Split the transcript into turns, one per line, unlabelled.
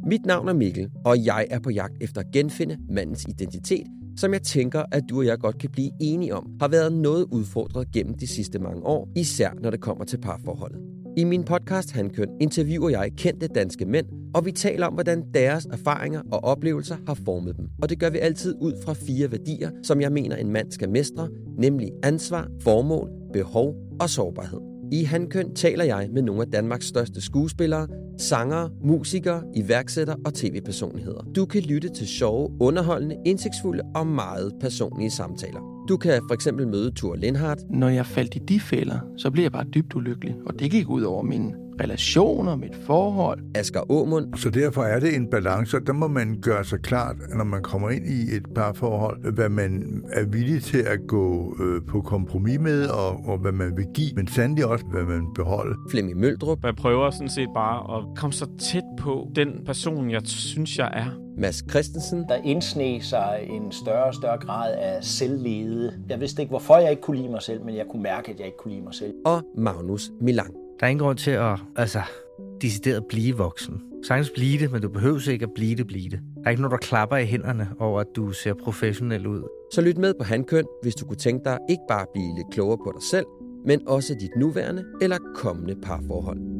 Mit navn er Mikkel, og jeg er på jagt efter at genfinde mandens identitet, som jeg tænker, at du og jeg godt kan blive enige om, har været noget udfordret gennem de sidste mange år, især når det kommer til parforholdet. I min podcast Hankøn interviewer jeg kendte danske mænd, og vi taler om, hvordan deres erfaringer og oplevelser har formet dem. Og det gør vi altid ud fra 4 værdier, som jeg mener, en mand skal mestre, nemlig ansvar, formål, behov og sårbarhed. I Hankøn taler jeg med nogle af Danmarks største skuespillere, sangere, musikere, iværksættere og tv-personligheder. Du kan lytte til sjove, underholdende, indsigtsfulde og meget personlige samtaler. Du kan for eksempel møde Thure Lindhardt.
Når jeg faldt i de fælder, så blev jeg bare dybt ulykkelig, og det gik ud over mine relationer, mit forhold.
Asger Aamund.
Så derfor er det en balance, og der må man gøre sig klart, når man kommer ind i et parforhold, hvad man er villig til at gå på kompromis med, og hvad man vil give, men sandelig også, hvad man vil beholde.
Flemming Møldrup.
Jeg prøver sådan set bare at komme så tæt på den person, jeg synes, jeg er.
Mads Christensen.
Der indsneg sig en større og større grad af selvlede. Jeg vidste ikke, hvorfor jeg ikke kunne lide mig selv, men jeg kunne mærke, at jeg ikke kunne lide mig selv.
Og Magnus Milang.
Der er ingen grund til at decideret blive voksen. Sagtens blive det, men du behøver ikke at blive det. Der er ikke nogen, der klapper i hænderne over, at du ser professionel ud.
Så lyt med på Hankøn, hvis du kunne tænke dig ikke bare at blive lidt klogere på dig selv, men også dit nuværende eller kommende parforhold.